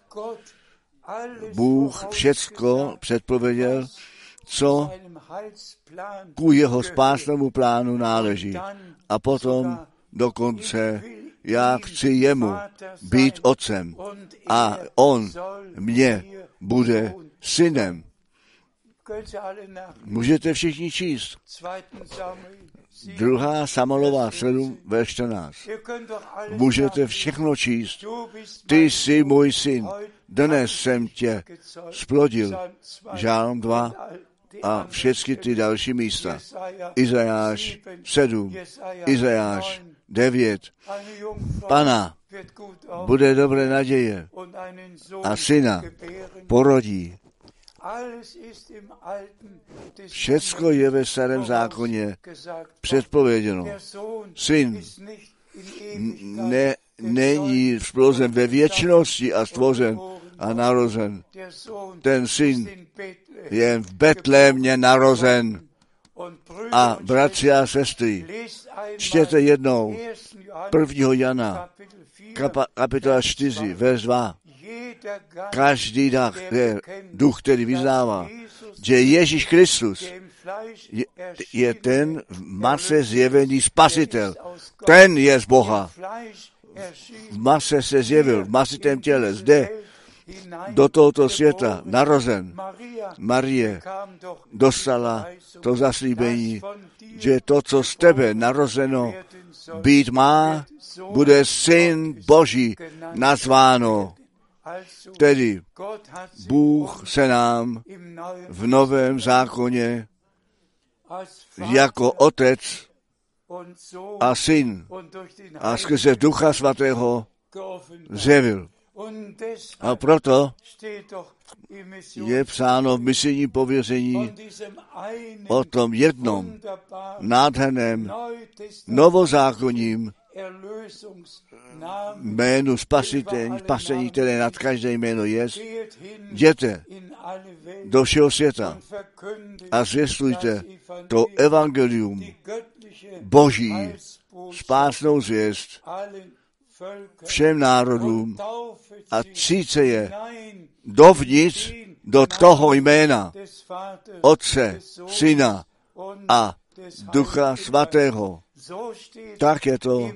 Bůh všecko předpověděl, co ku jeho spásnému plánu náleží. A potom dokonce já chci jemu být otcem a on mě bude synem. Můžete všichni číst. 2. Samuelova 7, verš 14. Můžete všechno číst. Ty jsi můj syn, dnes jsem tě splodil. Žálm 2 a všechny ty další místa. Izajáš 7, Izajáš 9. Pana bude dobré naděje a syna porodí. Všecko je ve Starém zákoně předpověděno. Syn není splozen ve věčnosti a stvořen a narozen. Ten syn je v Betlémě narozen. A bratři a sestry, čtěte jednou 1. Jana, kapitola 4, verš 2. Každý duch, který vyznává, že Ježíš Kristus je ten v mase zjevený spasitel. Ten je z Boha. V mase se zjevil, v masitém těle, zde do tohoto světa narozen. Marie dostala to zaslíbení, že to, co z tebe narozeno být má, bude syn Boží nazváno. Tedy Bůh se nám v Novém zákoně jako Otec a Syn a skrze Ducha Svatého zjevil. A proto je psáno v misijním pověření o tom jednom nádherném novozákonním jménu spasení, které nad každé jméno je. Jděte do všeho světa a zvěstujte to evangelium Boží, spásnou zvěst všem národům a cíce je dovnitř do toho jména Otce, Syna a Ducha Svatého. Tak je to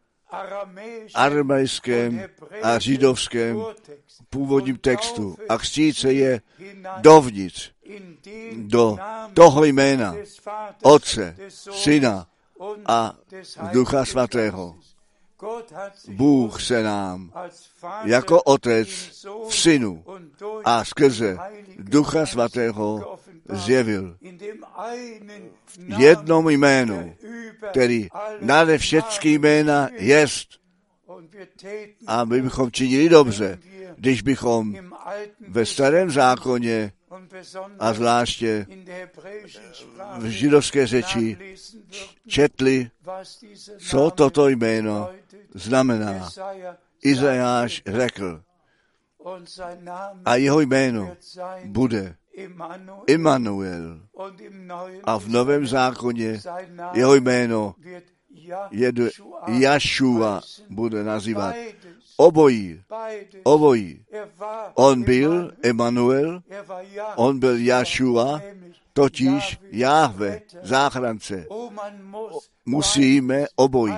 aramejském a židovském původním textu. A chtít se je dovnitř do toho jména Otce, Syna a Ducha Svatého. Bůh se nám jako Otec v Synu a skrze Ducha Svatého zjevil. jednom jménu, který nade všechny jména jest. A my bychom činili dobře, když bychom ve starém zákoně a zvláště v židovské řeči četli, co toto jméno znamená. Izajáš řekl, a jeho jméno bude Immanuel. A v Novém zákoně jeho jméno Jašua bude nazývat. Obojí. On byl Immanuel, on byl Jašua, totiž Jahve, záchrance. Musíme obojí.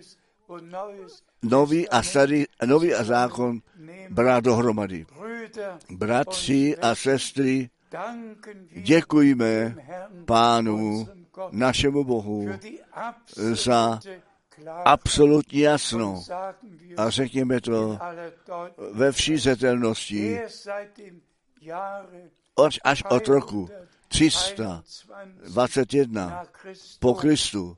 Nový a zákon brát dohromady. Bratři a sestry, děkujeme Pánu, našemu Bohu, za absolutní jasno. A řekněme to ve vší zřetelnosti, až od roku 321 po Kristu.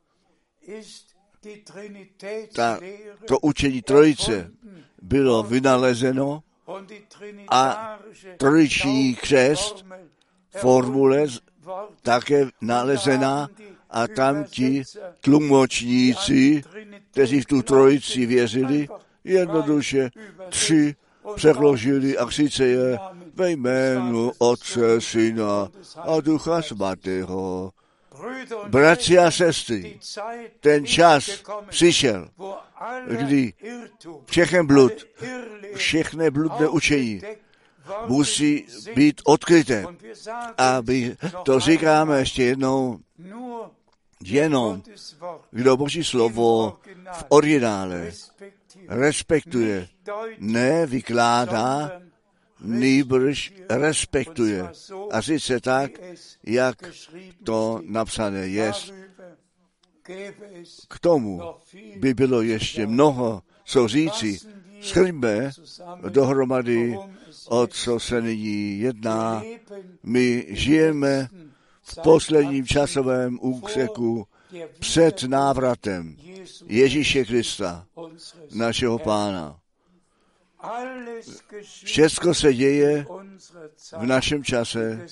To učení Trojice bylo vynalezeno a trojiční křest, formule také nalezená a tam ti tlumočníci, kteří v tu trojici věřili, jednoduše 3 přeložili a sice je ve jménu Otce, Syna a Ducha Svatého. Bratři a sestry, ten čas přišel, kdy všechny bludné učení musí být odkryté. A my to říkáme ještě jednou, jenom kdo Boží slovo v originále respektuje, ne vykládá, nýbrž respektuje. A sice tak, jak to napsané je. K tomu by bylo ještě mnoho, co říci. Shrňme dohromady, o co se nyní jedná. My žijeme v posledním časovém úseku před návratem Ježíše Krista, našeho Pána. Všecko se děje v našem čase,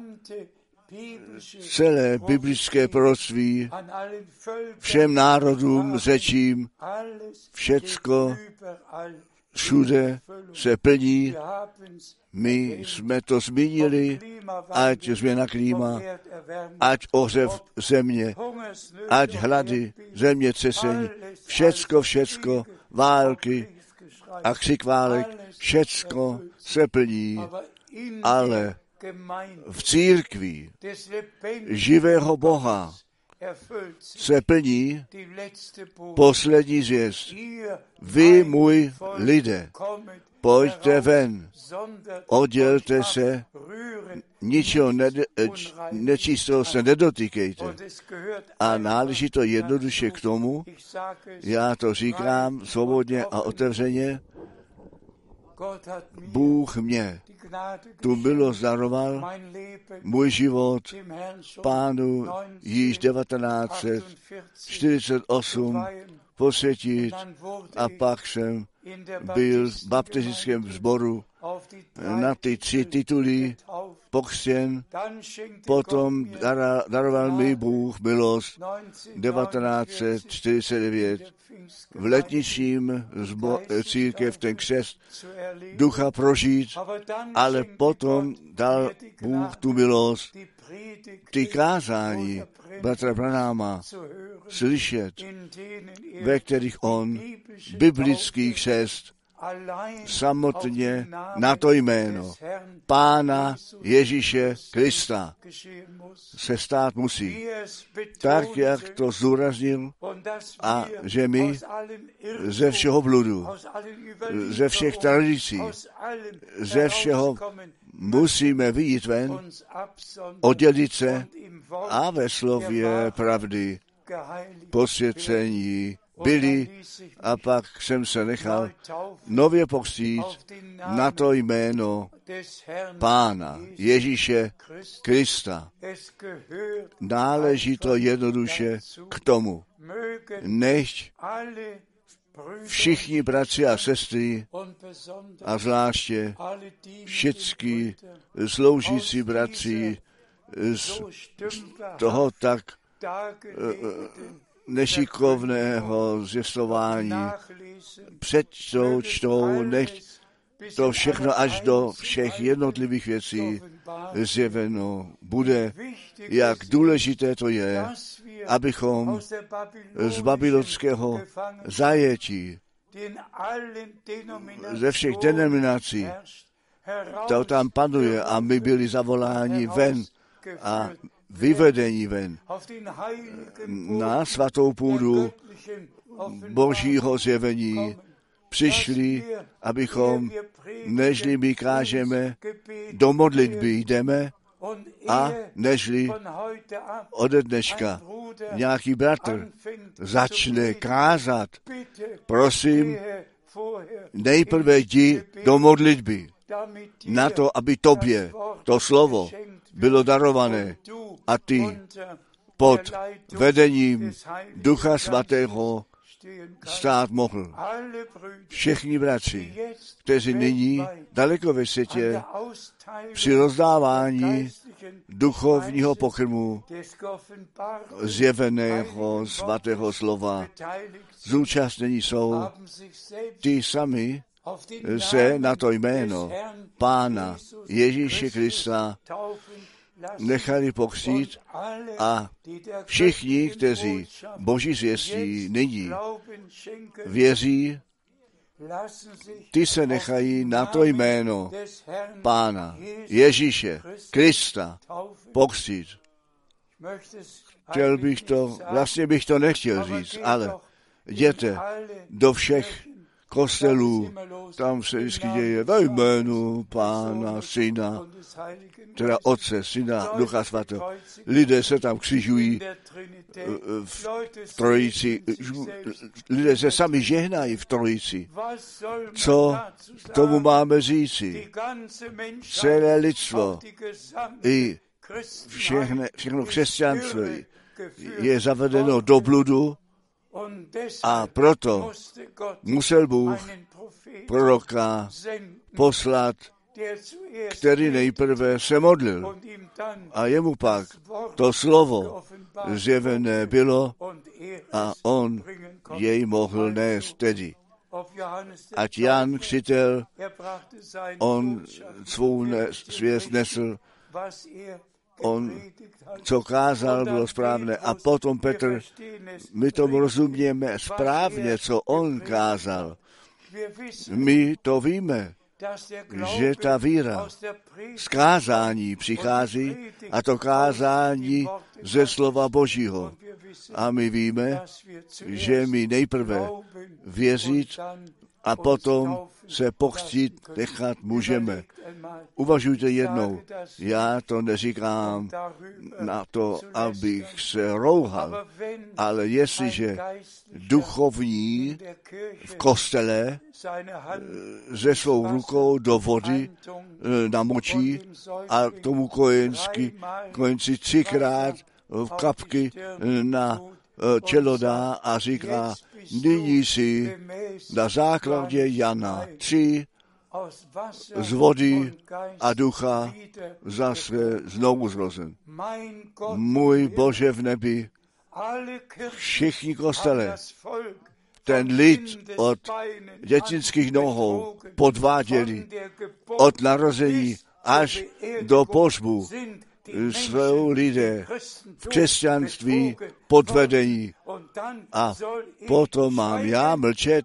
celé biblické proroctví, všem národům, řečím, všecko všude se plní. My jsme to zmínili, ať změna klíma, ať ohřev země, ať hlady, zemětřesení, všecko, války a křik válek, všecko se plní, ale v církvi živého Boha se plní poslední zvěst. Vy, můj lidé, pojďte ven, oddělte se, ničeho nečistého se nedotýkejte. A náleží to jednoduše k tomu, já to říkám svobodně a otevřeně, Bůh mě tu milost daroval, můj život Pánu již 1948 posvětit a pak jsem byl v baptistickém sboru na ty 3 tituly pokřtěn, potom daroval mi Bůh milost 1949 v letničním církev ten křest ducha prožít, ale potom dal Bůh tu milost, ty kázání bratra Branhama slyšet, ve kterých on biblický křest samotně na to jméno Pána Ježíše Krista se stát musí. Tak, jak to zdůraznil, a že my ze všeho bludu, ze všech tradicí, ze všeho musíme vyjít ven, oddělit se a ve slově pravdy posvěcení byli, a pak jsem se nechal nově pokřtít na to jméno Pána Ježíše Krista. Náleží to jednoduše k tomu. Nechť všichni bratři a sestry a zvláště všichni sloužící bratři z toho tak nešikovného zjistování čtou, nechť to všechno až do všech jednotlivých věcí zjeveno bude, jak důležité to je, abychom z babylonského zajetí ze všech denominací, to tam panuje, a my byli zavoláni ven a vyvedení ven na svatou půdu Božího zjevení přišli, abychom, nežli my kážeme, do modlitby jdeme, a nežli ode dneška nějaký bratr začne kázat, prosím, nejprve jdi do modlitby, na to, aby tobě to slovo bylo darované a ty pod vedením Ducha Svatého stát mohl. Všichni bratři, kteří nyní daleko ve světě při rozdávání duchovního pokrmu zjeveného svatého slova zúčastnění jsou, ty sami se na to jméno Pána Ježíše Krista nechali pokřtít a všichni, kteří Boží zvěstí nyní věří, ty se nechají na to jméno Pána Ježíše Krista pokřtít. Vlastně bych to nechtěl říct, ale jděte do všech kostelů, tam se vždycky děje ve jménu Pána, Syna, teda Otce, Syna, Ducha Svatého. Lidé se tam křižují v trojici, lidé se sami žehnají v trojici. Co tomu máme říci? Celé lidstvo i všechno křesťanství je zavedeno do bludu, a proto musel Bůh proroka poslat, který nejprve se modlil a jemu pak to slovo zjevené bylo a on jej mohl nést tedy. Ať Jan Křtitel, on svou svěst nesl, on, co kázal, bylo správné. A potom Petr, my tomu rozumějeme správně, co on kázal. My to víme, že ta víra z kázání přichází a to kázání ze slova Božího. A my víme, že my nejprve věřit a potom se pokřtít nechat můžeme. Uvažujte jednou, já to neříkám na to, abych se rouhal, ale jestliže duchovní v kostele ze svou rukou do vody namočí a k tomu kojenci 3krát v kapky na čelo dá a říká, nyní si na základě Jana 3 z vody a ducha zase znovu zrozen. Můj Bože v nebi, všichni kostele, ten lid od dětinských nohou podváděli od narození až do pohřbu. Jsou lidé v křesťanství podvedení a potom mám já mlčet,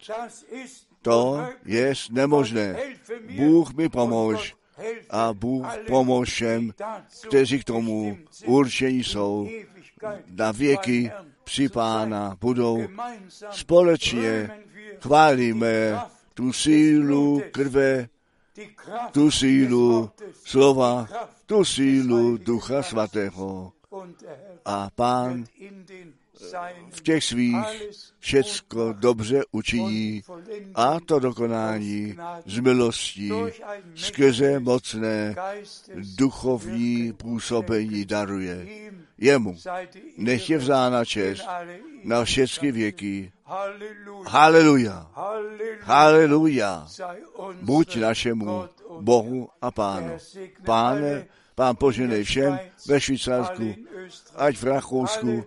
to je nemožné. Bůh mi pomož a Bůh pomož všem, kteří k tomu určení jsou. Na věky při Pána budou. Společně chválíme tu sílu krve, tu sílu slova, tu sílu Ducha Svatého. A Pán v těch svých všecko dobře učiní a to dokonání z milostí skrze mocné duchovní působení daruje. Jemu nech je vzána čest na všechny věky. Haleluja, haleluja, buď našemu Bohu a Pánu. Pán poženej všem ve Švýcarsku, ať v Rakousku,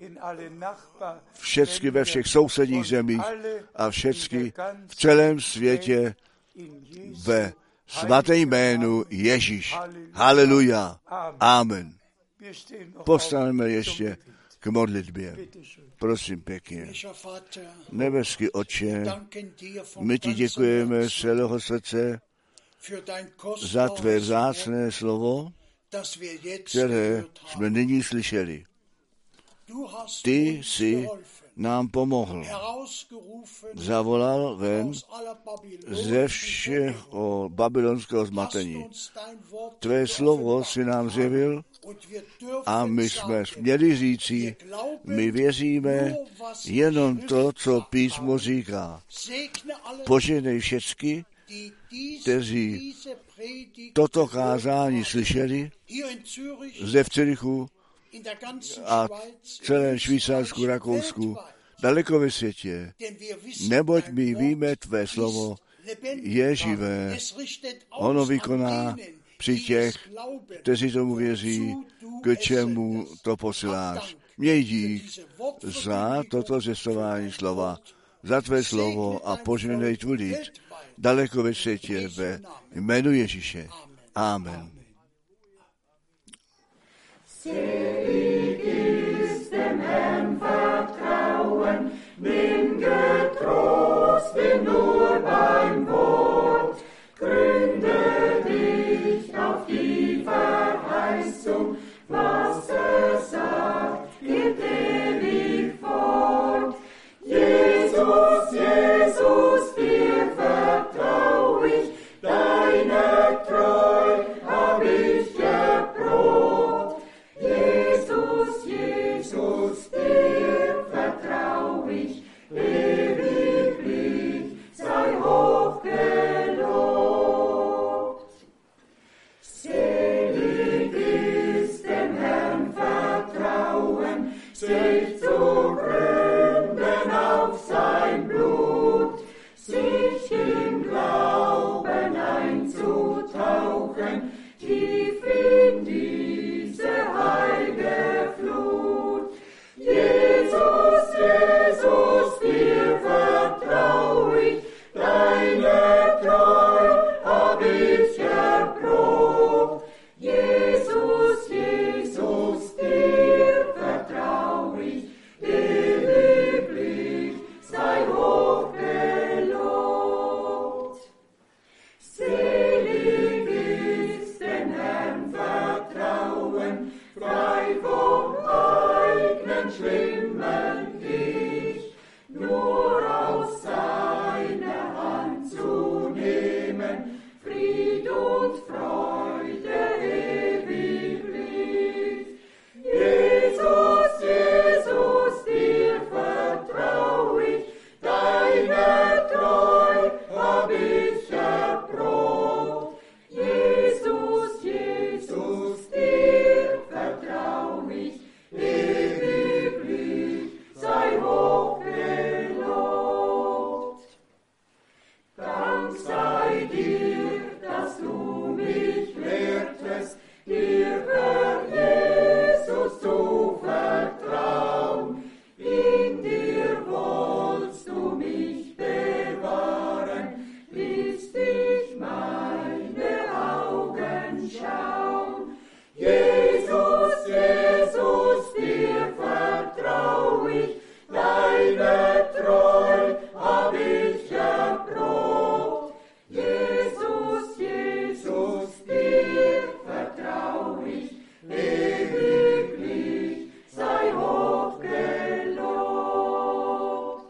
všecky ve všech sousedních zemích a všecky v celém světě ve svatém jménu Ježíš. Haleluja. Amen. Postaneme ještě k modlitbě. Prosím pěkně. Nebeský Otče, my ti děkujeme z celého srdce za tvé vzácné slovo, které jsme nyní slyšeli. Ty jsi nám pomohl. Zavolal ven ze všeho babylonského zmatení. Tvé slovo si nám zjevil a my jsme měli říci, my věříme jenom to, co písmo říká. Poženej všecky, kteří toto kázání slyšeli zde v Curychu a celém Švýcarsku, Rakousku, daleko ve světě, neboť my víme, tvé slovo je živé. Ono vykoná při těch, kteří tomu věří, k čemu to posíláš. Měj dík za toto zvěstování slova, za tvé slovo a požehnej tvůj lid daleko ve světě ve jménu Ježíše. Amen. Selig ist dem Herrn vertrauen, nimm getrost ihn nur beim Wort, gründe dich auf die Verheißung, was sagt, geht ewig fort. Jesus, Jesus, dir vertrau ich, deine Treu hab ich geprobt. Jesus, Jesus, dir vertrau ich, ewiglich sei hoch gelobt. Selig ist dem Herrn vertrauen, sich zu gründen auf sein Blut, sich im Glauben einzutauchen, tief in diese heilge Flut. Jesus, Jesus, dir vertrau ich, deine Treu hab ich erprobt. Jesus, Jesus, dir vertrau ich, ewiglich sei hoch gelobt. Selig ist dem Herrn vertrauen, frei vom eigenen schlimmen Ich, nur aus seiner Hand zu nehmen, Fried und Freude